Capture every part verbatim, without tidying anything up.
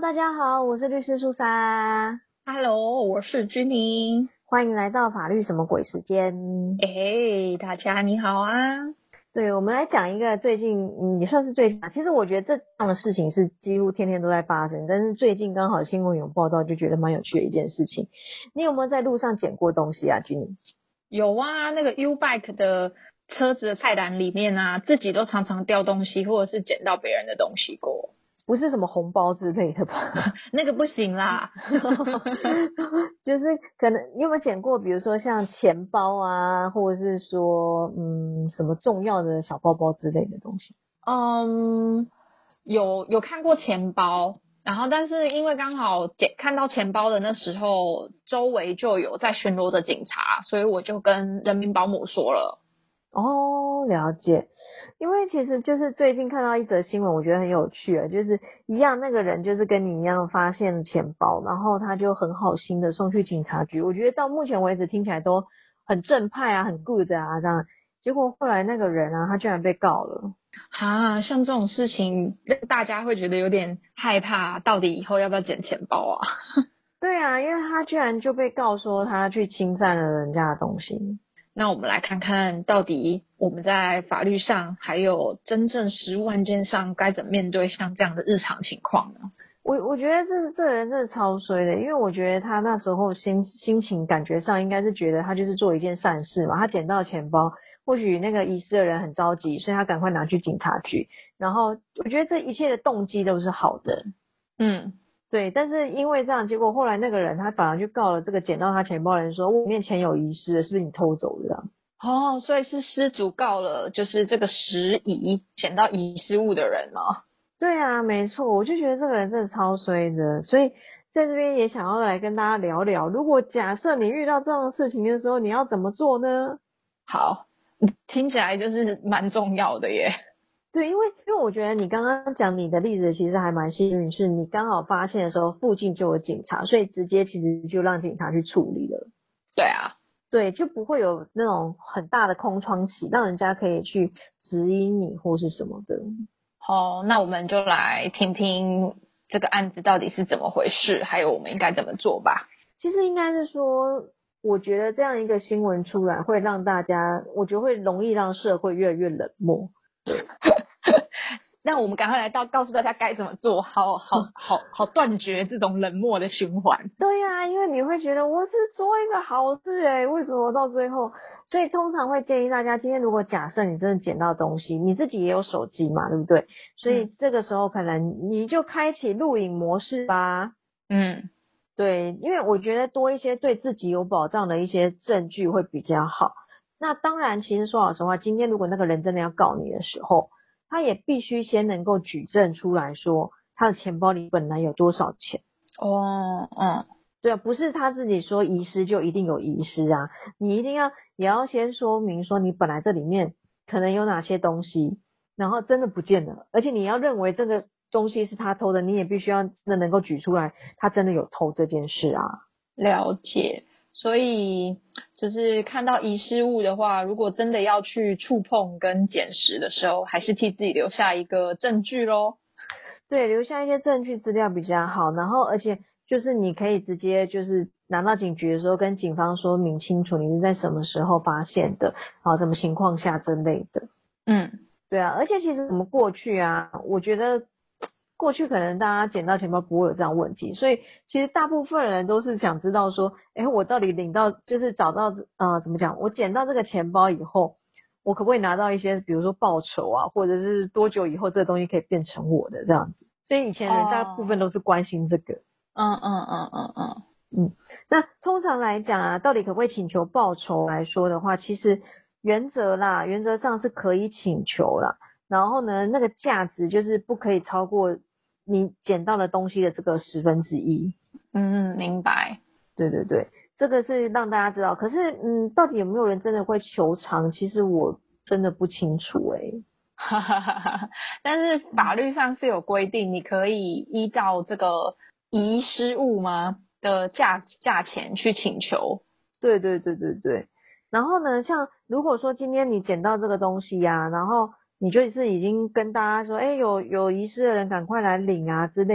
大家好，我是律师苏莎， Hello，我是君妮。 欢迎来到法律什么鬼时间。 哎，大家你好啊！ 对，我们来讲一个最近，嗯，也算是最近，其实我觉得这样的事情是几乎天天都在发生，但是最近刚好新闻有报道，就觉得蛮有趣的一件事情。你有没有在路上捡过东西啊，君妮？ 有啊，那个 U-Bike 的车子的菜单里面啊，自己都常常掉东西，或者是捡到别人的东西过。 不是什么红包之类的吧？ 那个不行啦。 就是可能你有没有捡过，比如说像钱包啊，或者是说嗯什么重要的小包包之类的东西？ 嗯，有有看过钱包，然后但是因为刚好捡看到钱包的那时候，周围就有在巡逻的警察，所以我就跟人民保姆说了。 哦，了解。因为其实就是最近看到一则新闻，我觉得很有趣啊，就是一样那个人就是跟你一样发现钱包，然后他就很好心的送去警察局。我觉得到目前为止听起来都很正派啊，很 good 啊这样。结果后来那个人啊，他居然被告了。 哈，像这种事情，让大家会觉得有点害怕，到底以后要不要捡钱包啊？ 对啊，因为他居然就被告说他去侵占了人家的东西。 那我们来看看到底我们在法律上还有真正实务案件上该怎么面对像这样的日常情况呢？ 我我觉得这这人真的超衰的，因为我觉得他那时候心心情感觉上应该是觉得他就是做一件善事嘛，他捡到钱包，或许那个遗失的人很着急，所以他赶快拿去警察局，然后我觉得这一切的动机都是好的， 嗯， 对，但是因为这样，结果后来那个人他反而去告了这个捡到他钱包的人说，我里面钱有遗失了，是不是你偷走的这样？ 哦，所以是失主告了，就是这个拾遗捡到遗失物的人吗？ 对啊，没错，我就觉得这个人真的超衰的，所以在这边也想要来跟大家聊聊，如果假设你遇到这样的事情的时候，你要怎么做呢？ 好，听起来就是蛮重要的耶。 对，因为因为我觉得你刚刚讲你的例子其实还蛮幸运，是你刚好发现的时候附近就有警察，所以直接其实就让警察去处理了。 对啊。 对，就不会有那种很大的空窗期，让人家可以去指引你或是什么的。 好，那我们就来听听这个案子到底是怎么回事，还有我们应该怎么做吧。 其实应该是说，我觉得这样一个新闻出来，会让大家，我觉得会容易让社会越来越冷漠。对， 那我们赶快来到告诉大家该怎么做，好好好好断绝这种冷漠的循环。 对呀、啊因为你会觉得我是做一个好事诶，为什么到最后？所以通常会建议大家，今天如果假设你真的捡到东西，你自己也有手机嘛，对不对？所以嗯这个时候可能你就开启录影模式吧。 嗯， 对，因为我觉得多一些对自己有保障的一些证据会比较好。那当然，其实说老实话，今天如果那个人真的要告你的时候，他也必须先能够举证出来说他的钱包里本来有多少钱。 哦，嗯， 对啊，不是他自己说遗失就一定有遗失啊，你一定要也要先说明说你本来这里面可能有哪些东西，然后真的不见了，而且你要认为这个东西是他偷的，你也必须要真的能够举出来，他真的有偷这件事啊。 了解。所以就是看到遗失物的话，如果真的要去触碰跟捡拾的时候，还是替自己留下一个证据咯。 对，留下一些证据资料比较好，然后而且就是你可以直接就是拿到警局的时候跟警方说明清楚你是在什么时候发现的，啊，什么情况下之类的。 嗯， 对啊，而且其实我们过去啊，我觉得过去可能大家捡到钱包不会有这样的问题，所以其实大部分人都是想知道说，诶，我到底领到就是找到呃怎么讲，我捡到这个钱包以后，我可不可以拿到一些比如说报酬啊，或者是多久以后这个东西可以变成我的这样子，所以以前人大部分哦， 都是关心这个。 嗯嗯嗯嗯嗯， 嗯，那通常来讲啊，到底可不可以请求报酬来说的话，其实原则啦，原则上是可以请求啦。然后呢，那个价值就是不可以超过你捡到的东西的这个十分之一。 嗯，明白。 对对对，这个是让大家知道。可是，嗯，到底有没有人真的会求偿？其实我真的不清楚诶、 哈哈哈哈，但是法律上是有规定，你可以依照这个遗失物吗的价价钱去请求。 对对对对对。然后呢，像如果说今天你捡到这个东西呀、然后你就是已经跟大家说，哎，有有遗失的人赶快来领啊之类的。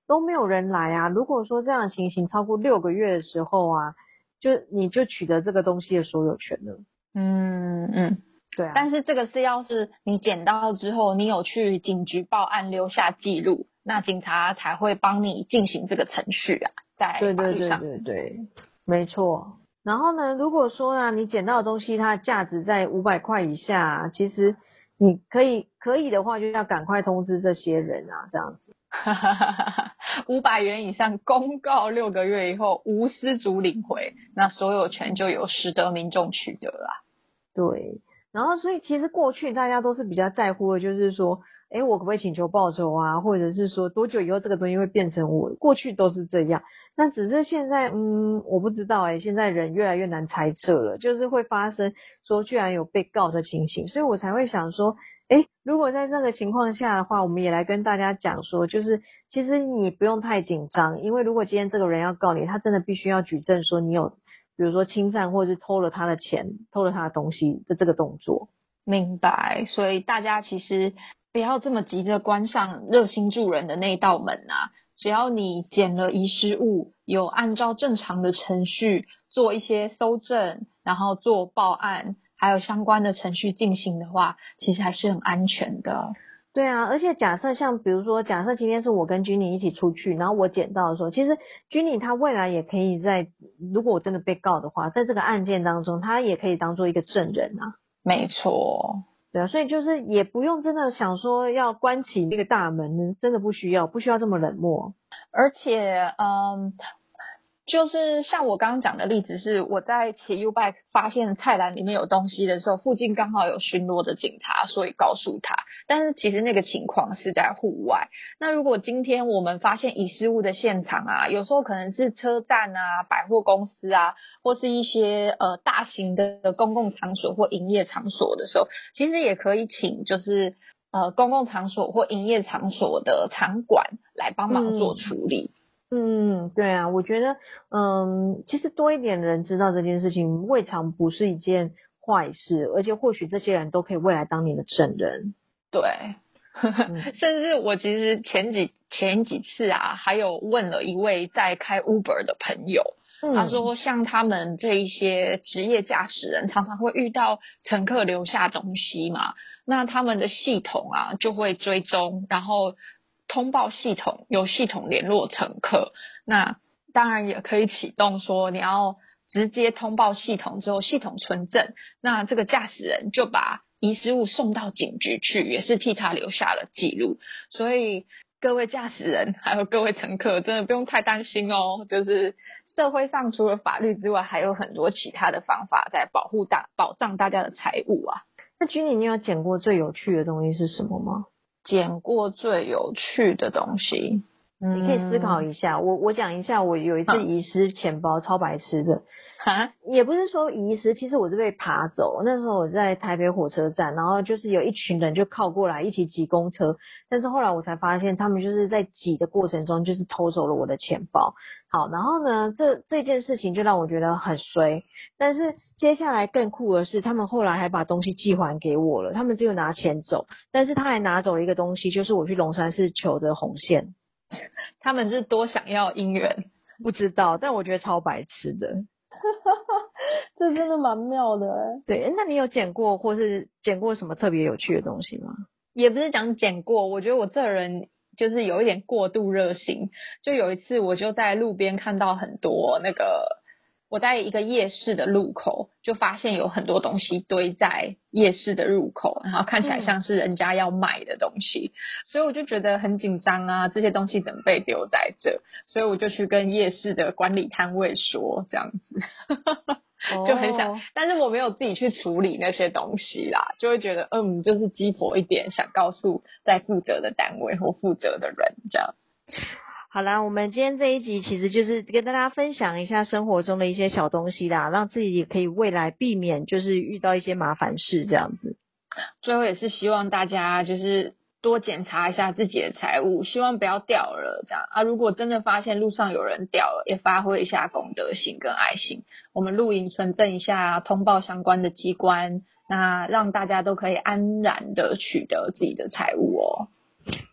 都没有人来啊。如果说这样的情形超过六个月的时候啊，就你就取得这个东西的所有权了。 嗯嗯， 对啊。 但是这个是要是你捡到之后，你有去警局报案留下记录，那警察才会帮你进行这个程序啊，在法律上。 对对对对对，没错。然后呢，如果说啊，你捡到的东西它的价值在五百块以下啊，其实你可以可以的话，就要赶快通知这些人啊，这样子。 五百元以上公告六个月以后无失主领回，那所有权就由实得民众取得啦。 对，然后所以其实过去大家都是比较在乎的，就是说，诶，我可不可以请求报酬啊，或者是说多久以后这个东西会变成我，过去都是这样。那只是现在，嗯，我不知道诶，现在人越来越难猜测了，就是会发生说居然有被告的情形，所以我才会想说，诶，如果在这个情况下的话，我们也来跟大家讲说，就是其实你不用太紧张，因为如果今天这个人要告你，他真的必须要举证说你有比如说侵占或是偷了他的钱，偷了他的东西的这个动作。 明白，所以大家其实不要这么急着关上热心助人的那一道门啊，只要你捡了遗失物，有按照正常的程序做一些搜证，然后做报案，还有相关的程序进行的话，其实还是很安全的。 对啊，而且假设像比如说，假设今天是我跟君妮一起出去，然后我捡到的时候，其实君妮她未来也可以在，如果我真的被告的话，在这个案件当中，她也可以当做一个证人啊。 没错。 对啊，所以就是也不用真的想说要关起那个大门，真的不需要，不需要这么冷漠。 而且，嗯，就是像我刚刚讲的例子是，我在骑 U-Bike 发现菜篮里面有东西的时候，附近刚好有巡逻的警察，所以告诉他。但是其实那个情况是在户外。那如果今天我们发现遗失物的现场啊，有时候可能是车站啊、百货公司啊，或是一些呃大型的公共场所或营业场所的时候，其实也可以请就是呃公共场所或营业场所的场馆来帮忙做嗯。 处理。 嗯，对啊，我觉得，嗯，其实多一点人知道这件事情，未尝不是一件坏事，而且或许这些人都可以未来当你的证人。 对， 嗯甚至我其实前几前几次啊，还有问了一位在开 Uber 的朋友，他嗯说像他们这一些职业驾驶人常常会遇到乘客留下东西嘛，那他们的系统啊就会追踪，然后通报系统，由系统联络乘客。那当然也可以启动说你要直接通报系统之后，系统存证，那这个驾驶人就把遗失物送到警局去，也是替他留下了记录。所以各位驾驶人还有各位乘客真的不用太担心哦，就是社会上除了法律之外，还有很多其他的方法在保护大保障大家的财物啊。 那君妮，你有捡过最有趣的东西是什么吗？ 捡过最有趣的东西， 你可以思考嗯， 一下。我我讲一下，我有一次哼， 遗失钱包，超白痴的。 哈， 也不是说遗失，其实我是被扒走。那时候我在台北火车站，然后就是有一群人就靠过来一起挤公车，但是后来我才发现他们就是在挤的过程中就是偷走了我的钱包。好，然后呢，这这件事情就让我觉得很衰。但是接下来更酷的是，他们后来还把东西寄还给我了，他们只有拿钱走，但是他还拿走了一个东西，就是我去龙山寺求的红线。 他们是多想要姻缘， 不知道，但我觉得超白痴的。 这真的蛮妙的欸。 对，那你有捡过或是捡过什么特别有趣的东西吗？ 也不是讲捡过，我觉得我这人就是有一点过度热心。就有一次，我就在路边看到很多那个，我在一个夜市的路口，就发现有很多东西堆在夜市的入口，然后看起来像是人家要卖的东西，所以我就觉得很紧张啊，这些东西怎么被丢在这？所以我就去跟夜市的管理摊位说，这样子。就很想， 哦， 但是我没有自己去处理那些东西啦，就会觉得嗯，就是鸡婆一点，想告诉在负责的单位或负责的人这样。 好啦，我们今天这一集其实就是跟大家分享一下生活中的一些小东西啦，让自己也可以未来避免就是遇到一些麻烦事这样子。 最后也是希望大家就是多检查一下自己的财物，希望不要掉了这样啊。如果真的发现路上有人掉了，也发挥一下公德心跟爱心，我们录影存证一下，通报相关的机关，那让大家都可以安然的取得自己的财物哦。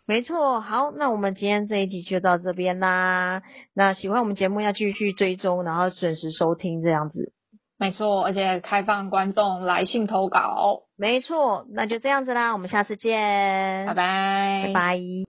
没错，好，那我们今天这一集就到这边啦。那喜欢我们节目要继续追踪，然后准时收听这样子。 没错，而且开放观众来信投稿。 没错，那就这样子啦，我们下次见， 拜拜。 拜拜。